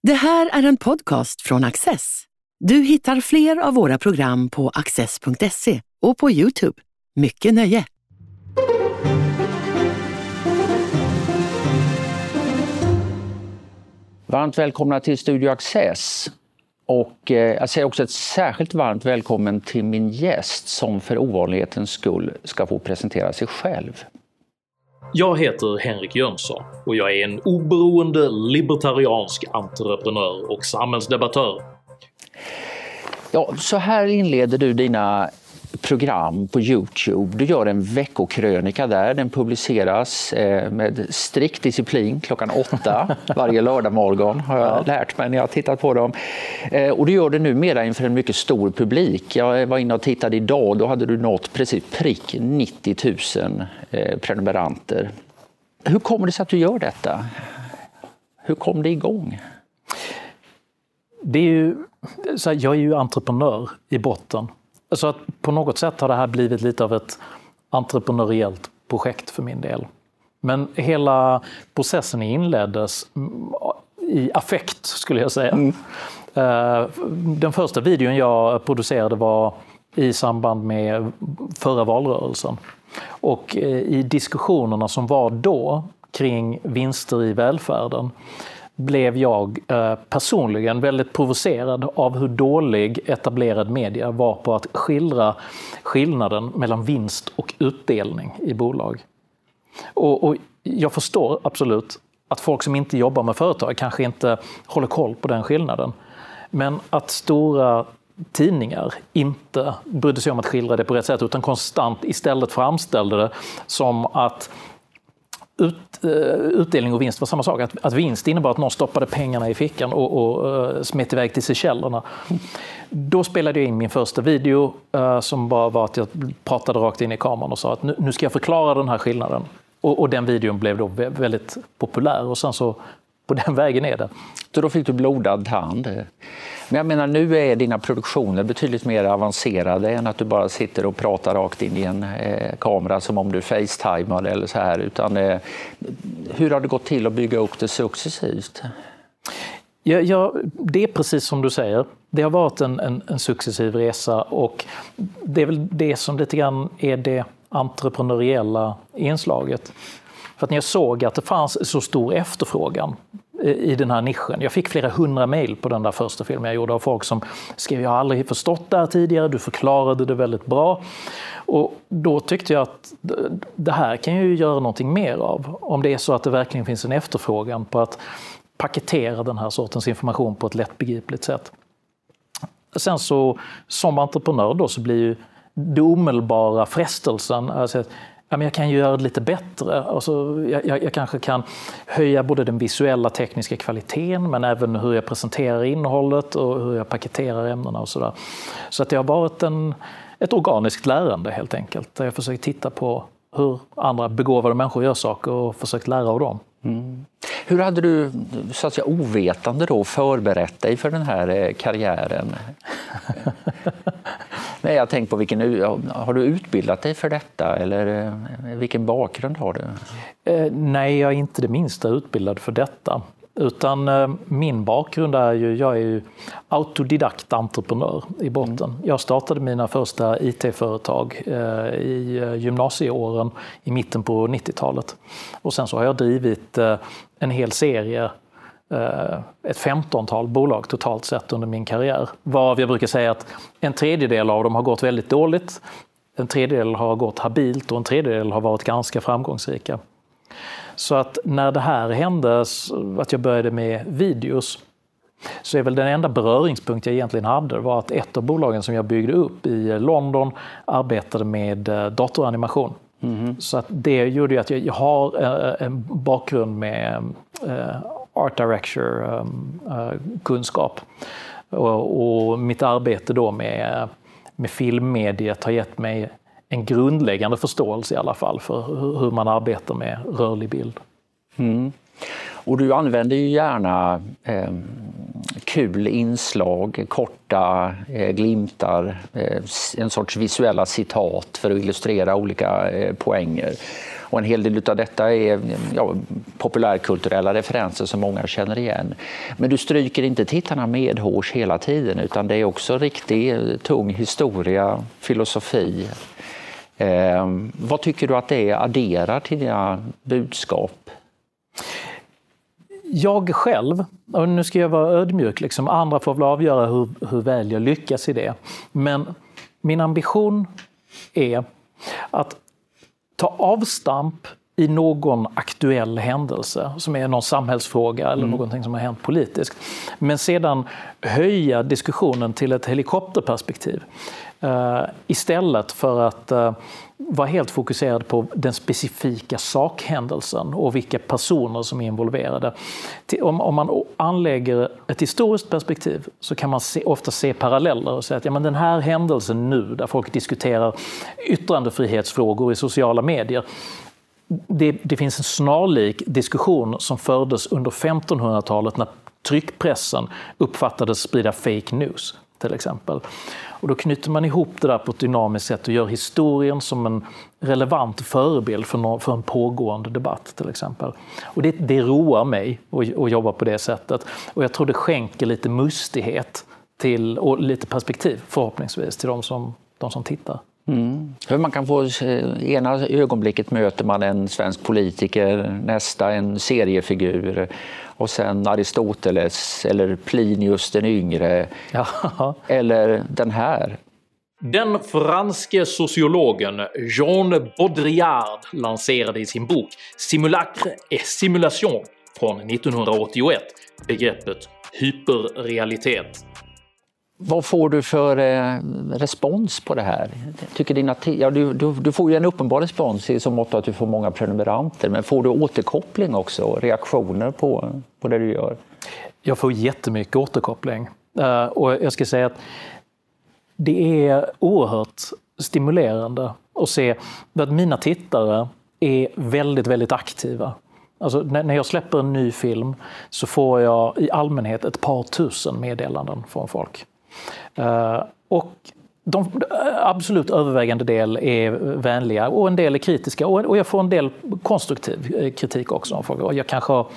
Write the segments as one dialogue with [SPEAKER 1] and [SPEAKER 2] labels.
[SPEAKER 1] Det här är en podcast från Access. Du hittar fler av våra program på access.se och på YouTube. Mycket nöje!
[SPEAKER 2] Varmt välkomna till Studio Access. Och jag säger också ett särskilt varmt välkommen till min gäst som för ovanlighetens skull ska få presentera sig själv.
[SPEAKER 3] Jag heter Henrik Jönsson och jag är en oberoende libertariansk entreprenör och samhällsdebattör.
[SPEAKER 2] Ja, så här inleder du dina program på YouTube. Du gör en veckokrönika där. Den publiceras med strikt disciplin klockan 8 varje lördagmorgon har jag lärt mig när jag har tittat på dem. Och du gör det numera inför en mycket stor publik. Jag var inne och tittade idag, då hade du nått precis prick 90 000 prenumeranter. Hur kommer det sig att du gör detta? Hur kom det igång?
[SPEAKER 4] Det är ju, så här, jag är ju entreprenör i botten. Så att på något sätt har det här blivit lite av ett entreprenöriellt projekt för min del. Men hela processen inleddes i affekt, skulle jag säga. Den första videon jag producerade var i samband med förra valrörelsen. Och i diskussionerna som var då kring vinster i välfärden blev jag personligen väldigt provocerad av hur dålig etablerad media var på att skildra skillnaden mellan vinst och utdelning i bolag. Och jag förstår absolut att folk som inte jobbar med företag kanske inte håller koll på den skillnaden. Men att stora tidningar inte brydde sig om att skildra det på rätt sätt utan konstant istället framställde det som att utdelning och vinst var samma sak. Att vinst innebar att någon stoppade pengarna i fickan och smet iväg till Seychellerna. Då spelade jag in min första video som bara var att jag pratade rakt in i kameran och sa att nu ska jag förklara den här skillnaden. Och den videon blev då väldigt populär och sen så på den vägen är det.
[SPEAKER 2] Så då fick du blodad hand. Men jag menar, nu är dina produktioner betydligt mer avancerade än att du bara sitter och pratar rakt in i en kamera som om du facetimar eller så här. Utan, hur har det gått till att bygga upp det successivt?
[SPEAKER 4] Ja, det är precis som du säger. Det har varit en successiv resa och det är väl det som lite grann är det entreprenöriella inslaget. För att när jag såg att det fanns så stor efterfrågan i den här nischen. Jag fick flera 100 mejl på den där första filmen jag gjorde av folk som skrev jag har aldrig förstått det här tidigare, du förklarade det väldigt bra. Och då tyckte jag att det här kan jag ju göra någonting mer av. Om det är så att det verkligen finns en efterfrågan på att paketera den här sortens information på ett lättbegripligt sätt. Sen så som entreprenör då så blir ju det omedelbara frestelsen alltså att jag kan ju göra det lite bättre. Alltså, jag kanske kan höja både den visuella tekniska kvaliteten men även hur jag presenterar innehållet och hur jag paketerar ämnena och sådär. Så att det har varit ett organiskt lärande helt enkelt. Där jag försökt titta på hur andra begåvade människor gör saker och försökt lära av dem. Mm.
[SPEAKER 2] Hur hade du så att säga ovetande då förberett dig för den här karriären? Nej, jag tänkte på har du utbildat dig för detta eller vilken bakgrund har du?
[SPEAKER 4] Nej, jag är inte det minsta utbildad för detta. Utan min bakgrund är jag är ju autodidakt entreprenör i botten. Jag startade mina första IT-företag i gymnasieåren i mitten på 90-talet. Och sen så har jag drivit en hel serie, ett 15-tal bolag totalt sett under min karriär. Varav jag brukar säga att en tredjedel av dem har gått väldigt dåligt, en tredjedel har gått habilt och en tredjedel har varit ganska framgångsrika. Så att när det här hände, att jag började med videos, så är väl den enda beröringspunkt jag egentligen hade var att ett av bolagen som jag byggde upp i London arbetade med datoranimation. Mm. Så att det gjorde ju att jag har en bakgrund med art director kunskap. Och mitt arbete då med filmmediet har gett mig en grundläggande förståelse i alla fall för hur man arbetar med rörlig bild.
[SPEAKER 2] Mm. Och du använder ju gärna kul inslag, korta glimtar, en sorts visuella citat för att illustrera olika poänger. Och en hel del av detta är populärkulturella referenser som många känner igen. Men du stryker inte tittarna medhårs hela tiden, utan det är också riktig tung historia, filosofi. Vad tycker du att det adderar till dina budskap?
[SPEAKER 4] Jag själv, och nu ska jag vara ödmjuk, liksom, andra får väl avgöra hur väl jag lyckas i det. Men min ambition är att ta avstamp i någon aktuell händelse som är någon samhällsfråga eller någonting som har hänt politiskt. Men sedan höja diskussionen till ett helikopterperspektiv istället för att vara helt fokuserad på den specifika sakhändelsen och vilka personer som är involverade. Om man anlägger ett historiskt perspektiv så kan man ofta se paralleller och säga att den här händelsen nu där folk diskuterar yttrandefrihetsfrågor i sociala medier, det finns en snarlik diskussion som fördes under 1500-talet när tryckpressen uppfattades sprida fake news till exempel. Och då knyter man ihop det där på ett dynamiskt sätt och gör historien som en relevant förebild för en pågående debatt till exempel. Och det roar mig att jobba på det sättet. Och jag tror det skänker lite mustighet till, och lite perspektiv förhoppningsvis till de som tittar.
[SPEAKER 2] Hur man kan få, ena ögonblicket möter man en svensk politiker, nästa en seriefigur och sen Aristoteles eller Plinius den yngre eller den här.
[SPEAKER 3] Den franske sociologen Jean Baudrillard lanserade i sin bok Simulacre et simulation från 1981 begreppet hyperrealitet.
[SPEAKER 2] Vad får du för respons på det här? Du får ju en uppenbar respons i så mått att du får många prenumeranter, men får du återkoppling också, reaktioner på det du gör?
[SPEAKER 4] Jag får jättemycket återkoppling och jag ska säga att det är oerhört stimulerande att se att mina tittare är väldigt, väldigt aktiva. Alltså, när jag släpper en ny film så får jag i allmänhet ett par tusen meddelanden från folk. Och de absolut övervägande del är vänliga och en del är kritiska och jag får en del konstruktiv kritik också. Och jag kanske har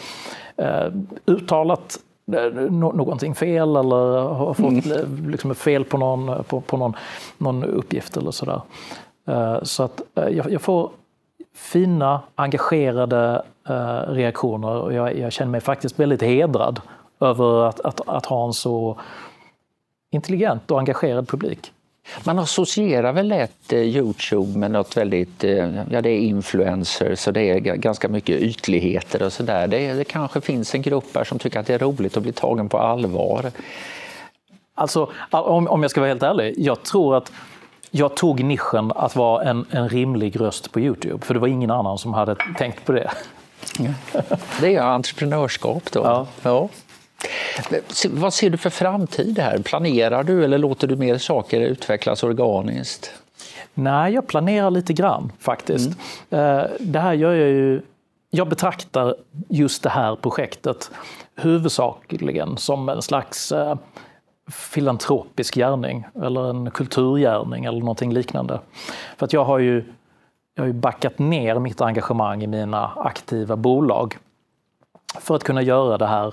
[SPEAKER 4] uttalat någonting fel eller har fått liksom fel på någon uppgift eller sådär. Så att jag får fina, engagerade reaktioner och jag känner mig faktiskt väldigt hedrad över att ha en så intelligent och engagerad publik.
[SPEAKER 2] Man associerar väl lätt YouTube med något väldigt, det är influencers och det är ganska mycket ytligheter och sådär. Det kanske finns en grupp här som tycker att det är roligt att bli tagen på allvar.
[SPEAKER 4] Alltså, om jag ska vara helt ärlig, jag tror att jag tog nischen att vara en rimlig röst på YouTube, för det var ingen annan som hade tänkt på det.
[SPEAKER 2] Det är entreprenörskap då. Ja. Vad ser du för framtid här? Planerar du eller låter du mer saker utvecklas organiskt?
[SPEAKER 4] Nej, jag planerar lite grann faktiskt. Det här gör jag ju. Jag betraktar just det här projektet huvudsakligen som en slags filantropisk gärning eller en kulturgärning eller någonting liknande. För att jag har ju backat ner mitt engagemang i mina aktiva bolag för att kunna göra det här.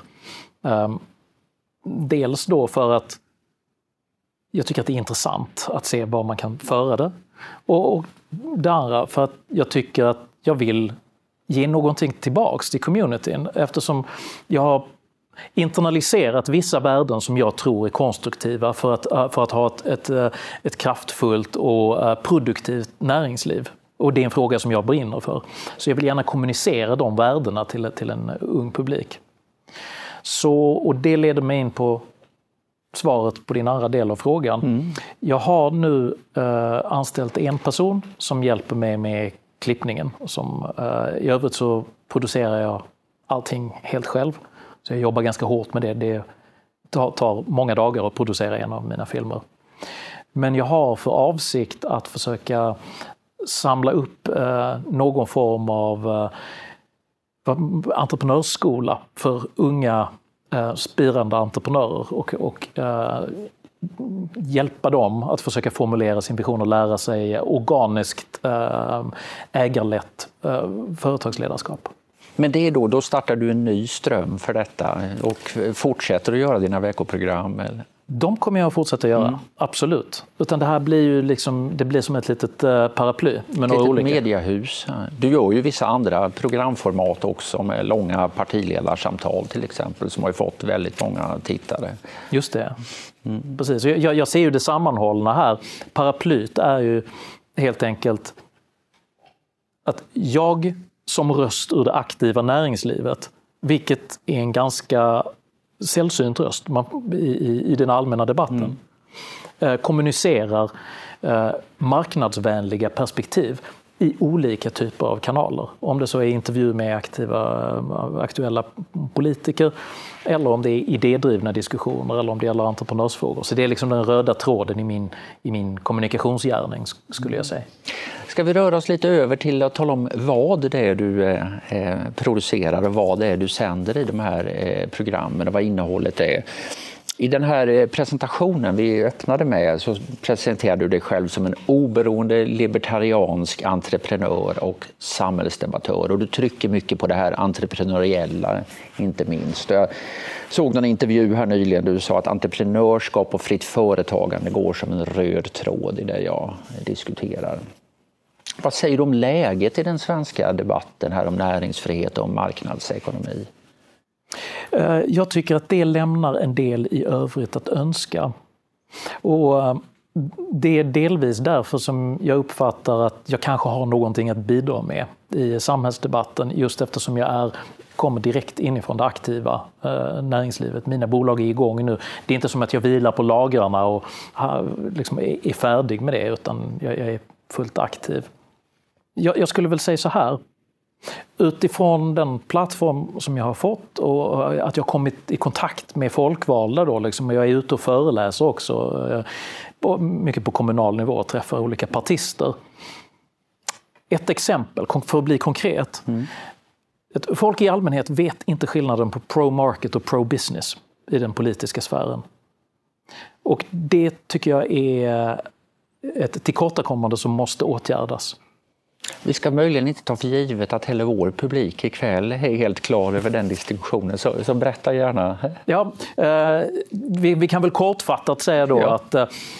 [SPEAKER 4] Dels då för att jag tycker att det är intressant att se var man kan föra det. Och det andra för att jag tycker att jag vill ge någonting tillbaks till communityn eftersom jag har internaliserat vissa värden som jag tror är konstruktiva för att ha ett kraftfullt och produktivt näringsliv. Och det är en fråga som jag brinner för. Så jag vill gärna kommunicera de värdena till en ung publik. Och det leder mig in på svaret på din andra del av frågan. Jag har nu anställt en person som hjälper mig med klippningen. I övrigt så producerar jag allting helt själv. Så jag jobbar ganska hårt med det. Det tar många dagar att producera en av mina filmer. Men jag har för avsikt att försöka samla upp någon form av entreprenörsskola för unga spirande entreprenörer och hjälpa dem att försöka formulera sin vision och lära sig organiskt ägarlett företagsledarskap.
[SPEAKER 2] Men det är då startar du en ny ström för detta och fortsätter att göra dina veckoprogram? Eller?
[SPEAKER 4] De kommer jag att fortsätta göra, absolut. Utan det här blir ju det blir som ett litet paraply med några olika.
[SPEAKER 2] Mediehus. Du gör ju vissa andra programformat också med långa partiledarsamtal till exempel som har ju fått väldigt många tittare.
[SPEAKER 4] Just det. Precis. Jag ser ju det sammanhållna här. Paraplyt är ju helt enkelt att jag som röst ur det aktiva näringslivet, vilket är en ganska sällsynt röst i den allmänna debatten, kommunicerar marknadsvänliga perspektiv i olika typer av kanaler. Om det så är intervju med aktuella politiker eller om det är idédrivna diskussioner eller om det gäller entreprenörsfrågor. Så det är liksom den röda tråden i min kommunikationsgärning, skulle jag säga.
[SPEAKER 2] Ska vi röra oss lite över till att tala om vad det är du producerar och vad det är du sänder i de här programmen och vad innehållet är. I den här presentationen vi öppnade med så presenterar du dig själv som en oberoende libertariansk entreprenör och samhällsdebattör. Och du trycker mycket på det här entreprenöriella, inte minst. Jag såg någon intervju här nyligen där du sa att entreprenörskap och fritt företagande går som en röd tråd i det jag diskuterar. Vad säger du om läget i den svenska debatten här om näringsfrihet och marknadsekonomi?
[SPEAKER 4] Jag tycker att det lämnar en del i övrigt att önska. Och det är delvis därför som jag uppfattar att jag kanske har någonting att bidra med i samhällsdebatten, just eftersom jag kommer direkt inifrån det aktiva näringslivet. Mina bolag är igång nu. Det är inte som att jag vilar på lagrarna och liksom är färdig med det, utan jag är fullt aktiv. Jag skulle väl säga så här. Utifrån den plattform som jag har fått och att jag kommit i kontakt med folkvalda då, liksom, jag är ute och föreläser också mycket på kommunal nivå och träffar olika partister. Ett exempel för att bli konkret. Folk i allmänhet vet inte skillnaden på pro-market och pro-business i den politiska sfären. Och det tycker jag är ett tillkortakommande som måste åtgärdas.
[SPEAKER 2] Vi ska möjligen inte ta för givet att hela vår publik ikväll är helt klar över den distinktionen, så berätta gärna.
[SPEAKER 4] Ja, vi kan väl kortfattat säga då att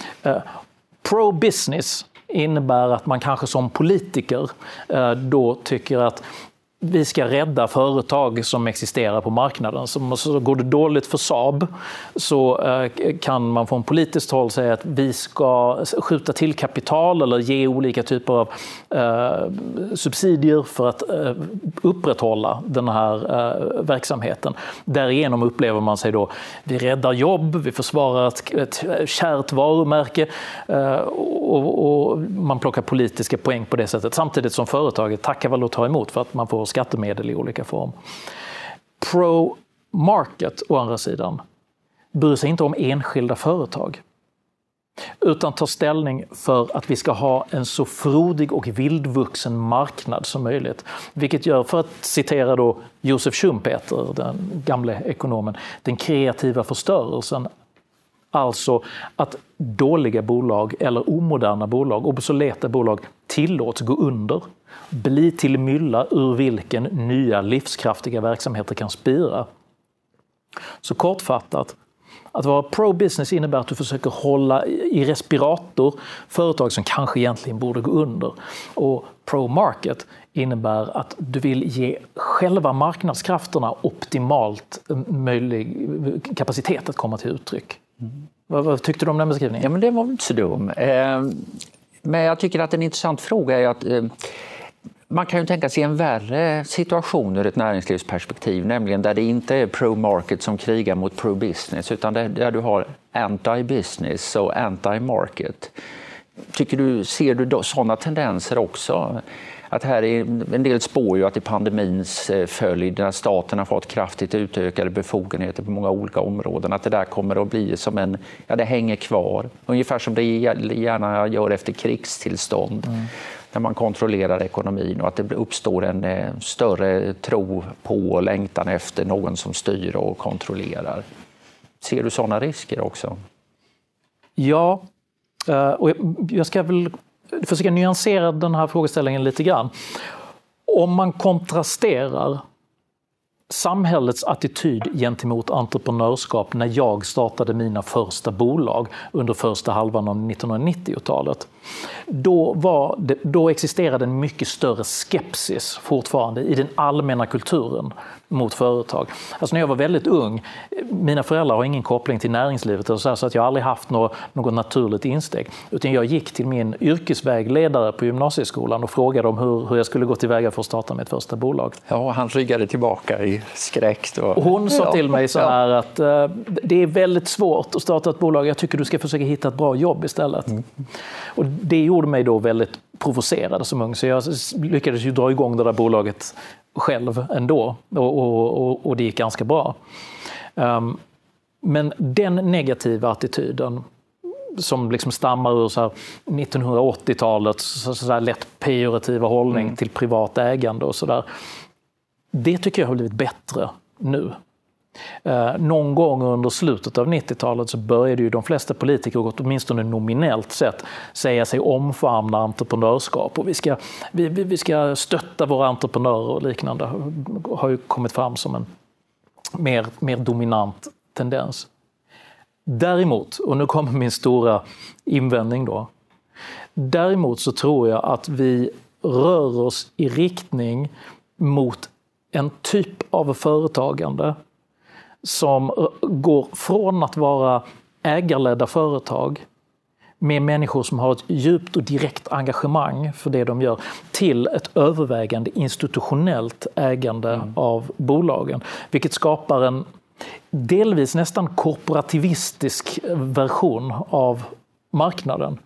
[SPEAKER 4] pro-business innebär att man kanske som politiker då tycker att vi ska rädda företag som existerar på marknaden. Så går det dåligt för Saab så kan man från politiskt håll säga att vi ska skjuta till kapital eller ge olika typer av subsidier för att upprätthålla den här verksamheten. Därigenom upplever man sig då, vi räddar jobb, vi försvarar ett kärt varumärke och man plockar politiska poäng på det sättet. Samtidigt som företaget tackar väl och tar emot för att man får skattemedel i olika form. Pro-market å andra sidan bryr sig inte om enskilda företag utan tar ställning för att vi ska ha en så frodig och vildvuxen marknad som möjligt. Vilket gör, för att citera då Josef Schumpeter, den gamle ekonomen, den kreativa förstörelsen. Alltså att dåliga bolag eller omoderna bolag, obsoleta bolag tillåts gå under, bli till mylla ur vilken nya livskraftiga verksamheter kan spira. Så kortfattat, att vara pro-business innebär att du försöker hålla i respirator företag som kanske egentligen borde gå under. Och pro-market innebär att du vill ge själva marknadskrafterna optimalt möjlig kapacitet att komma till uttryck. Vad tyckte du om den beskrivningen?
[SPEAKER 2] Ja, men det var väl inte så dum. Men jag tycker att en intressant fråga är att man kan ju tänka sig en värre situation ur ett näringslivsperspektiv, nämligen där det inte är pro-market som krigar mot pro-business utan där du har anti-business och anti-market. Ser du sådana tendenser också? Att här är en del spår ju att i pandemins följd, när staten har fått kraftigt utökade befogenheter på många olika områden, att det där kommer att bli som det hänger kvar. Ungefär som det gärna gör efter krigstillstånd. när man kontrollerar ekonomin och att det uppstår en större tro på och längtan efter någon som styr och kontrollerar. Ser du sådana risker också?
[SPEAKER 4] Ja, och jag ska väl försöka nyansera den här frågeställningen lite grann. Om man kontrasterar samhällets attityd gentemot entreprenörskap när jag startade mina första bolag under första halvan av 1990-talet. Då existerade en mycket större skepsis fortfarande i den allmänna kulturen mot företag. Alltså när jag var väldigt ung, mina föräldrar har ingen koppling till näringslivet så att jag aldrig haft något naturligt insteg. Utan jag gick till min yrkesvägledare på gymnasieskolan och frågade om hur jag skulle gå tillväga för att starta mitt första bolag.
[SPEAKER 2] Ja, han ryggade tillbaka i skräck.
[SPEAKER 4] Hon sa till mig så här att det är väldigt svårt att starta ett bolag. Jag tycker du ska försöka hitta ett bra jobb istället. Och det gjorde mig då väldigt provocerad som ung. Så jag lyckades ju dra igång det där bolaget själv ändå. Och det gick ganska bra. Men den negativa attityden som liksom stammar ur så här 1980-talets så här lätt pejorativa hållning till privat ägande och sådär. Det tycker jag har blivit bättre nu. Någon gång under slutet av 90-talet så började ju de flesta politiker, åtminstone nominellt sett, säga sig omfamna entreprenörskap och vi ska stötta våra entreprenörer och liknande. Har ju kommit fram som en mer dominant tendens. Däremot, och nu kommer min stora invändning då, däremot så tror jag att vi rör oss i riktning mot en typ av företagande som går från att vara ägarledda företag med människor som har ett djupt och direkt engagemang för det de gör till ett övervägande institutionellt ägande av bolagen. Vilket skapar en delvis nästan korporativistisk version av marknaden.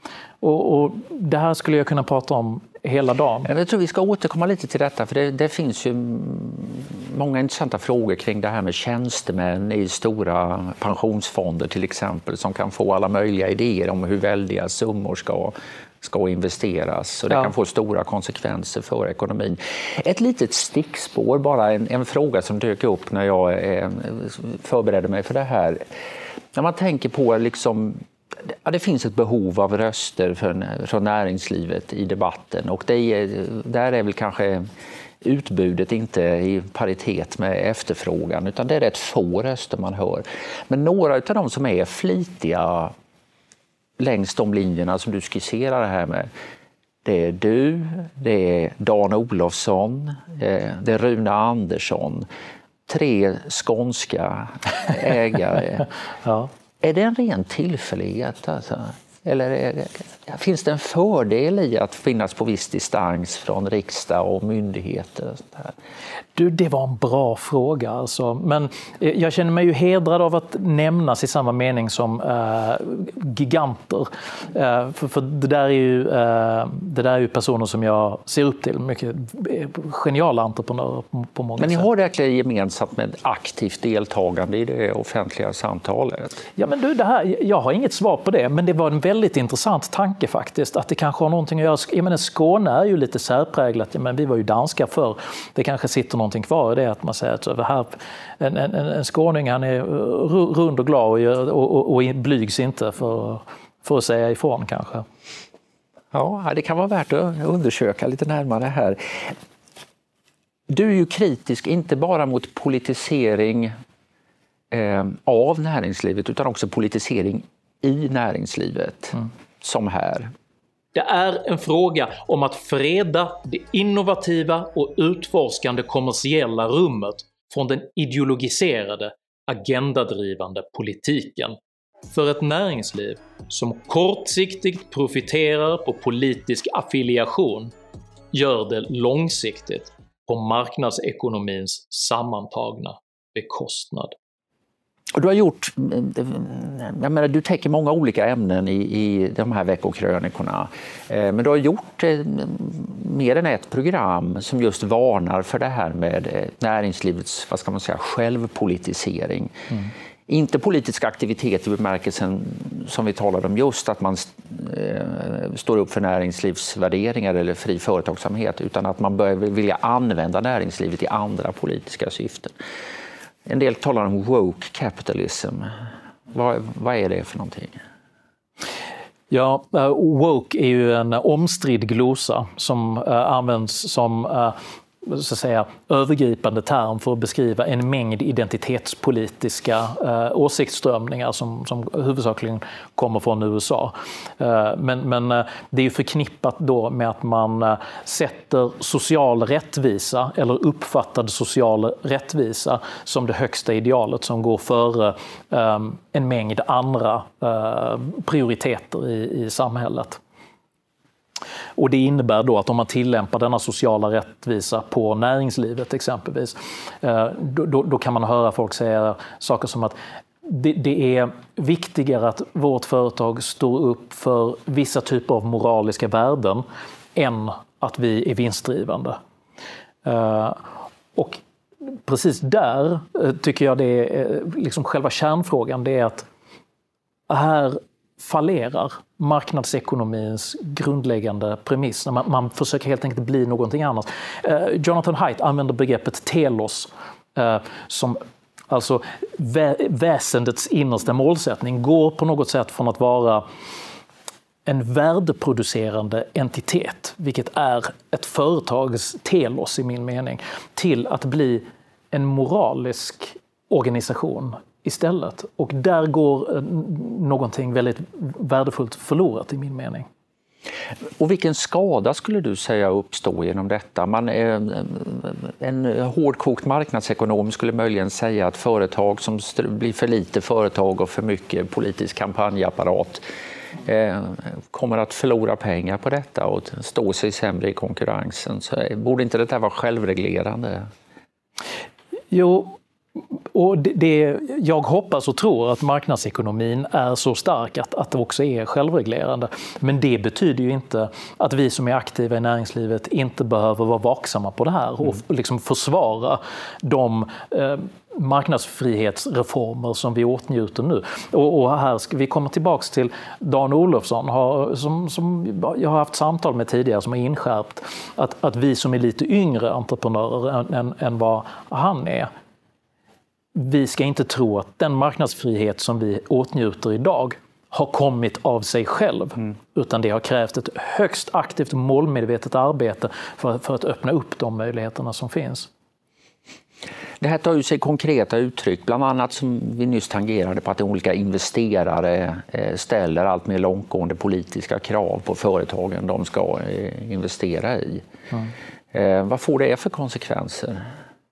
[SPEAKER 4] Och det här skulle jag kunna prata om hela dagen.
[SPEAKER 2] Jag tror vi ska återkomma lite till detta, för det finns ju många intressanta frågor kring det här med tjänstemän i stora pensionsfonder till exempel, som kan få alla möjliga idéer om hur väldiga summor ska investeras, och det kan få stora konsekvenser för ekonomin. Ett litet stickspår, bara en fråga som dök upp när jag förberedde mig för det här. När man tänker på liksom, det finns ett behov av röster från näringslivet i debatten, och där är väl kanske utbudet inte i paritet med efterfrågan, utan det är rätt få röster man hör. Men några av de som är flitiga längs de linjerna som du skisserar här med, det är du, det är Dan Olofsson, det är Rune Andersson, 3 skånska ägare.
[SPEAKER 4] Ja.
[SPEAKER 2] Är det en ren tillfällighet? Alltså? Eller finns det en fördel i att finnas på viss distans från riksdag och myndigheter? Och sånt här?
[SPEAKER 4] Du, det var en bra fråga. Alltså. Men jag känner mig ju hedrad av att nämnas i samma mening som giganter. För det där är ju personer som jag ser upp till. Mycket geniala entreprenörer på många sätt.
[SPEAKER 2] Men ni har verkligen gemensamt med aktivt deltagande i det offentliga samtalet?
[SPEAKER 4] Ja, men du, jag har inget svar på det, men det var en väldigt intressant tanke faktiskt. Att det kanske har någonting att göra. Jag menar, Skåne är ju lite särpräglat. Men vi var ju danska förr. Det kanske sitter någonting kvar i det, att man säger att här, en skåning, han är rund och glad och blygs inte för att säga ifrån kanske.
[SPEAKER 2] Ja, det kan vara värt att undersöka lite närmare här. Du är ju kritisk inte bara mot politisering av näringslivet, utan också politisering i näringslivet, som här.
[SPEAKER 3] Det är en fråga om att freda det innovativa och utforskande kommersiella rummet från den ideologiserade, agendadrivande politiken. För ett näringsliv som kortsiktigt profiterar på politisk affiliation gör det långsiktigt på marknadsekonomins sammantagna bekostnad.
[SPEAKER 2] Och du har gjort, jag menar, du täcker många olika ämnen i de här veckokrönikorna, men du har gjort mer än ett program som just varnar för det här med näringslivets, vad ska man säga, självpolitisering. Inte politisk aktivitet i bemärkelsen som vi talade om just, att man står upp för näringslivsvärderingar eller fri företagsamhet, utan att man börjar vilja använda näringslivet i andra politiska syften. En del talar om woke capitalism. Vad är det för någonting?
[SPEAKER 4] Ja, woke är ju en omstridd glosa som används som så att säga, övergripande term för att beskriva en mängd identitetspolitiska åsiktsströmningar som huvudsakligen kommer från USA. Men det är ju förknippat då med att man sätter social rättvisa eller uppfattad social rättvisa som det högsta idealet som går före en mängd andra prioriteter i samhället. Och det innebär då att om man tillämpar denna sociala rättvisa på näringslivet exempelvis, då kan man höra folk säga saker som att det är viktigare att vårt företag står upp för vissa typer av moraliska värden än att vi är vinstdrivande. Och precis där tycker jag det är liksom själva kärnfrågan, det är att här fallerar marknadsekonomins grundläggande premiss. Man försöker helt enkelt bli någonting annat. Jonathan Haidt använder begreppet telos som alltså väsendets innersta målsättning, går på något sätt från att vara en värdeproducerande entitet, vilket är ett företags telos i min mening, till att bli en moralisk organisation istället. Och där går någonting väldigt värdefullt förlorat i min mening.
[SPEAKER 2] Och vilken skada skulle du säga uppstår genom detta? En hårdkokt marknadsekonom skulle möjligen säga att företag som blir för lite företag och för mycket politisk kampanjapparat kommer att förlora pengar på detta och stå sig sämre i konkurrensen. Så borde inte detta vara självreglerande?
[SPEAKER 4] Jo, och jag hoppas och tror att marknadsekonomin är så stark att det också är självreglerande. Men det betyder ju inte att vi som är aktiva i näringslivet inte behöver vara vaksamma på det här och liksom försvara de marknadsfrihetsreformer som vi åtnjuter nu. Och här ska vi komma tillbaka till Dan Olofsson som jag har haft samtal med tidigare, som har inskärpt att vi som är lite yngre entreprenörer än vad han är, vi ska inte tro att den marknadsfrihet som vi åtnjuter idag har kommit av sig själv, utan det har krävt ett högst aktivt och målmedvetet arbete för att öppna upp de möjligheterna som finns.
[SPEAKER 2] Det här tar ju sig konkreta uttryck, bland annat som vi nyss tangerade på att olika investerare ställer allt mer långtgående politiska krav på företagen de ska investera i. Vad får det för konsekvenser?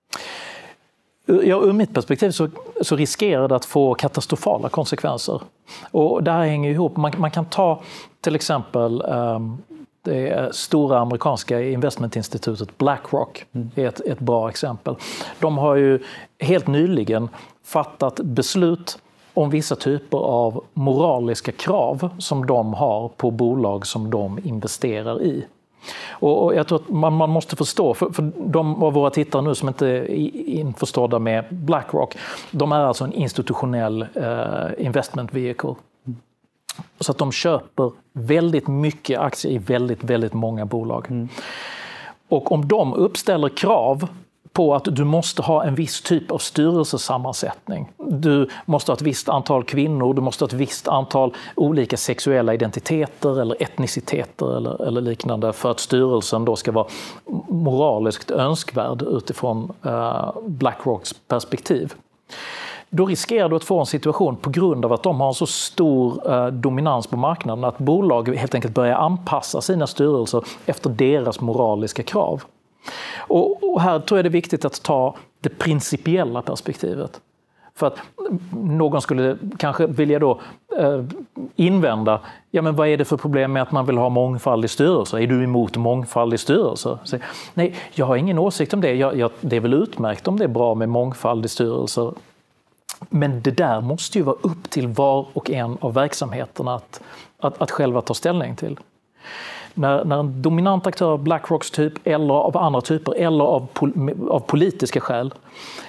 [SPEAKER 4] Ja, ur mitt perspektiv så riskerar det att få katastrofala konsekvenser. Och det här hänger ihop. Man kan ta till exempel det stora amerikanska investmentinstitutet BlackRock. Det är ett bra exempel. De har ju helt nyligen fattat beslut om vissa typer av moraliska krav som de har på bolag som de investerar i. Och jag tror att man måste förstå, för de av våra tittare nu som inte är införstådda med BlackRock, de är alltså en institutionell investment vehicle. Så att de köper väldigt mycket aktier i väldigt, väldigt många bolag. Och om de uppställer krav på att du måste ha en viss typ av styrelsesammansättning. Du måste ha ett visst antal kvinnor, du måste ha ett visst antal olika sexuella identiteter eller etniciteter eller liknande för att styrelsen då ska vara moraliskt önskvärd utifrån BlackRocks perspektiv. Då riskerar du att få en situation på grund av att de har så stor dominans på marknaden att bolag helt enkelt börjar anpassa sina styrelser efter deras moraliska krav. Och här tror jag det är viktigt att ta det principiella perspektivet. För att någon skulle kanske vilja då invända, ja men vad är det för problem med att man vill ha mångfald i styrelser? Är du emot mångfald i styrelser? Så, nej, jag har ingen åsikt om det. Det är väl utmärkt om det är bra med mångfald i styrelser. Men det där måste ju vara upp till var och en av verksamheterna att själva ta ställning till. När en dominant aktör av BlackRocks typ eller av andra typer eller av politiska skäl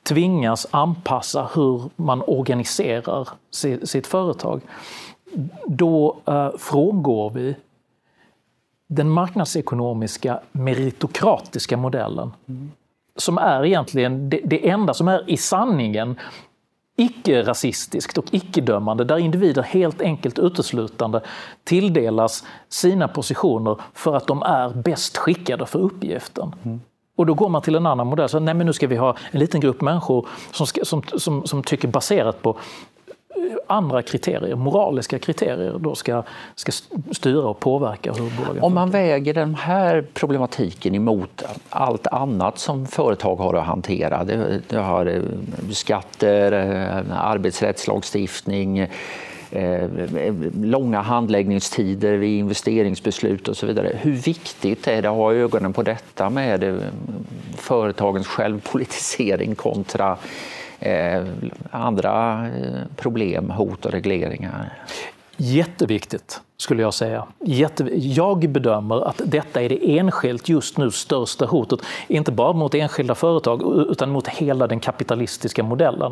[SPEAKER 4] tvingas anpassa hur man organiserar sitt företag, då frångår vi den marknadsekonomiska meritokratiska modellen. Som är egentligen det enda som är i sanningen icke-rasistiskt och icke-dömande, där individer helt enkelt uteslutande tilldelas sina positioner för att de är bäst skickade för uppgiften. Och då går man till en annan modell. Så, nej, men nu ska vi ha en liten grupp människor som tycker baserat på andra kriterier, moraliska kriterier, då ska styra och påverka hur bolagen.
[SPEAKER 2] Om man väger den här problematiken emot allt annat som företag har att hantera, det har skatter, arbetsrättslagstiftning, långa handläggningstider vid investeringsbeslut och så vidare. Hur viktigt är det att ha ögonen på detta med företagens självpolitisering kontra andra problem, hot och regleringar?
[SPEAKER 4] Jätteviktigt skulle jag säga. Jag bedömer att detta är det enskilt just nu största hotet, inte bara mot enskilda företag utan mot hela den kapitalistiska modellen.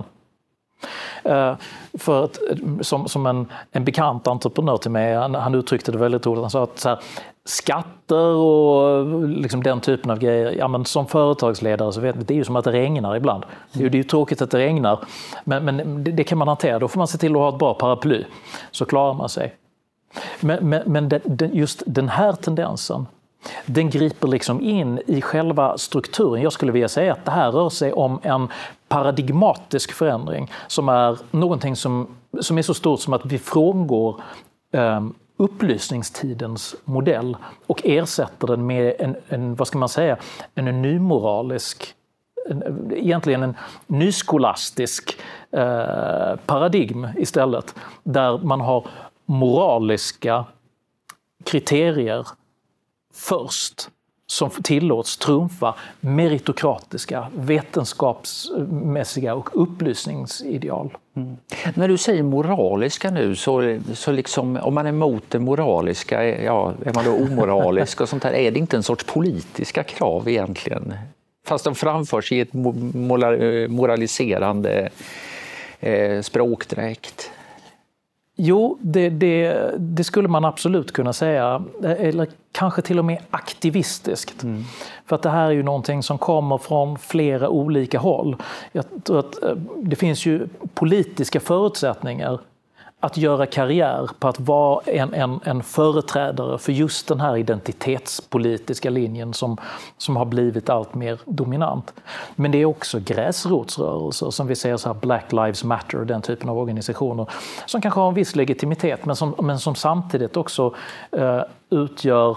[SPEAKER 4] För att, som en bekant entreprenör till mig, han uttryckte det väldigt roligt. Han sa att så här, skatter och liksom den typen av grejer, ja, men som företagsledare så vet vi, det är ju som att det regnar ibland. Det är ju tråkigt att det regnar, men det kan man hantera. Då får man se till att ha ett bra paraply, så klarar man sig. Men just den här tendensen, den griper liksom in i själva strukturen. Jag skulle vilja säga att det här rör sig om en paradigmatisk förändring som är någonting som är så stort som att vi frångår upplysningstidens modell och ersätter den med en nymoralisk, egentligen en nyskolastisk paradigm istället, där man har moraliska kriterier först som tillåts trumfa meritokratiska, vetenskapsmässiga och upplysningsideal.
[SPEAKER 2] När du säger moraliska nu, så liksom, om man är emot det moraliska, ja, är man då omoralisk och sånt här, är det inte en sorts politiska krav egentligen? Fast de framförs i ett moraliserande språkdräkt.
[SPEAKER 4] Jo, det skulle man absolut kunna säga, eller kanske till och med aktivistiskt. För att det här är ju någonting som kommer från flera olika håll. Jag tror att det finns ju politiska förutsättningar att göra karriär på att vara en företrädare för just den här identitetspolitiska linjen som har blivit allt mer dominant. Men det är också gräsrotsrörelser som vi ser, så här Black Lives Matter, den typen av organisationer som kanske har en viss legitimitet men som samtidigt också utgör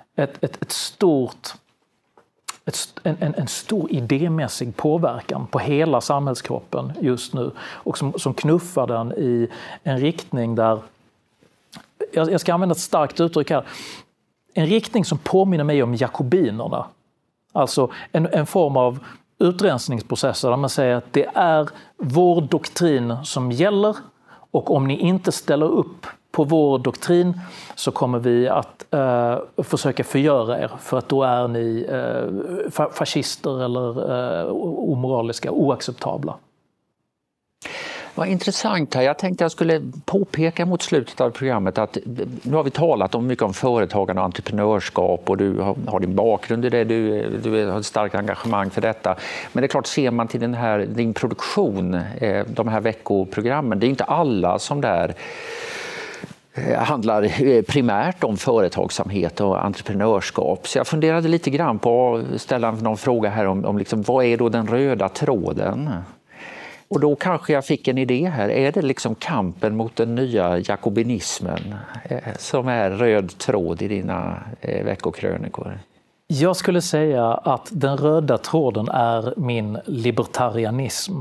[SPEAKER 4] en stor idémässig påverkan på hela samhällskroppen just nu och som knuffar den i en riktning där, jag ska använda ett starkt uttryck här, en riktning som påminner mig om jakobinerna. Alltså en form av utrensningsprocesser där man säger att det är vår doktrin som gäller, och om ni inte ställer upp på vår doktrin så kommer vi att försöka förgöra er, för att då är ni fascister eller omoraliska, oacceptabla.
[SPEAKER 2] Vad intressant här. Jag tänkte jag skulle påpeka mot slutet av programmet att nu har vi talat mycket om företagande och entreprenörskap, och du har din bakgrund i det, du har ett starkt engagemang för detta. Men det är klart, ser man till din produktion, de här veckoprogrammen, det är inte alla som där handlar primärt om företagsamhet och entreprenörskap. Så jag funderade lite grann på att ställa någon fråga här om liksom, vad är då den röda tråden? Och då kanske jag fick en idé här. Är det liksom kampen mot den nya jakobinismen som är röd tråd i dina veckokrönikor?
[SPEAKER 4] Jag skulle säga att den röda tråden är min libertarianism.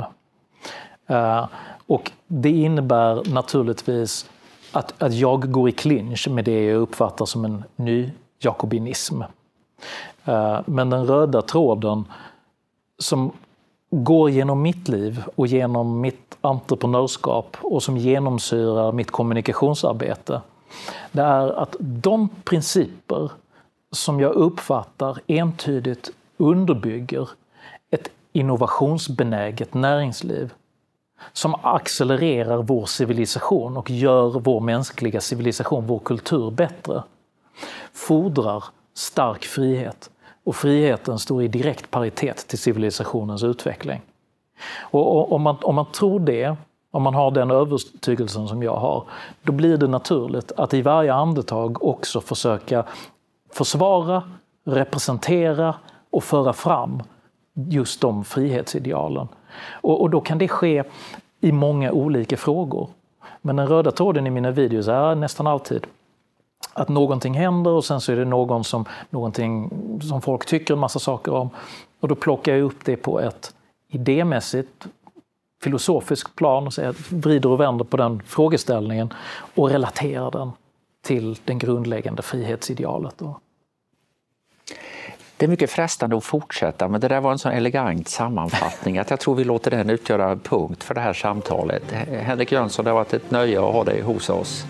[SPEAKER 4] Och det innebär naturligtvis att jag går i clinch med det jag uppfattar som en ny jakobinism. Men den röda tråden som går genom mitt liv och genom mitt entreprenörskap och som genomsyrar mitt kommunikationsarbete, det är att de principer som jag uppfattar entydigt underbygger ett innovationsbenäget näringsliv som accelererar vår civilisation och gör vår mänskliga civilisation, vår kultur bättre, fordrar stark frihet. Och friheten står i direkt paritet till civilisationens utveckling. Och om man tror det, om man har den övertygelsen som jag har, då blir det naturligt att i varje andetag också försöka försvara, representera och föra fram just de frihetsidealen. Och då kan det ske i många olika frågor. Men den röda tråden i mina videos är nästan alltid att någonting händer och sen så är det någonting som folk tycker en massa saker om. Och då plockar jag upp det på ett idémässigt, filosofiskt plan och vrider och vänder på den frågeställningen och relaterar den till den grundläggande frihetsidealet.
[SPEAKER 2] Det är mycket frestande att fortsätta, men det där var en så elegant sammanfattning att jag tror vi låter den utgöra en punkt för det här samtalet. Henrik Jönsson, det har varit ett nöje att ha dig hos oss.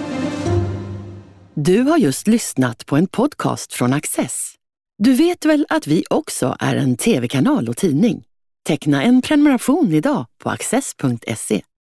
[SPEAKER 1] Du har just lyssnat på en podcast från Access. Du vet väl att vi också är en tv-kanal och tidning? Teckna en prenumeration idag på access.se.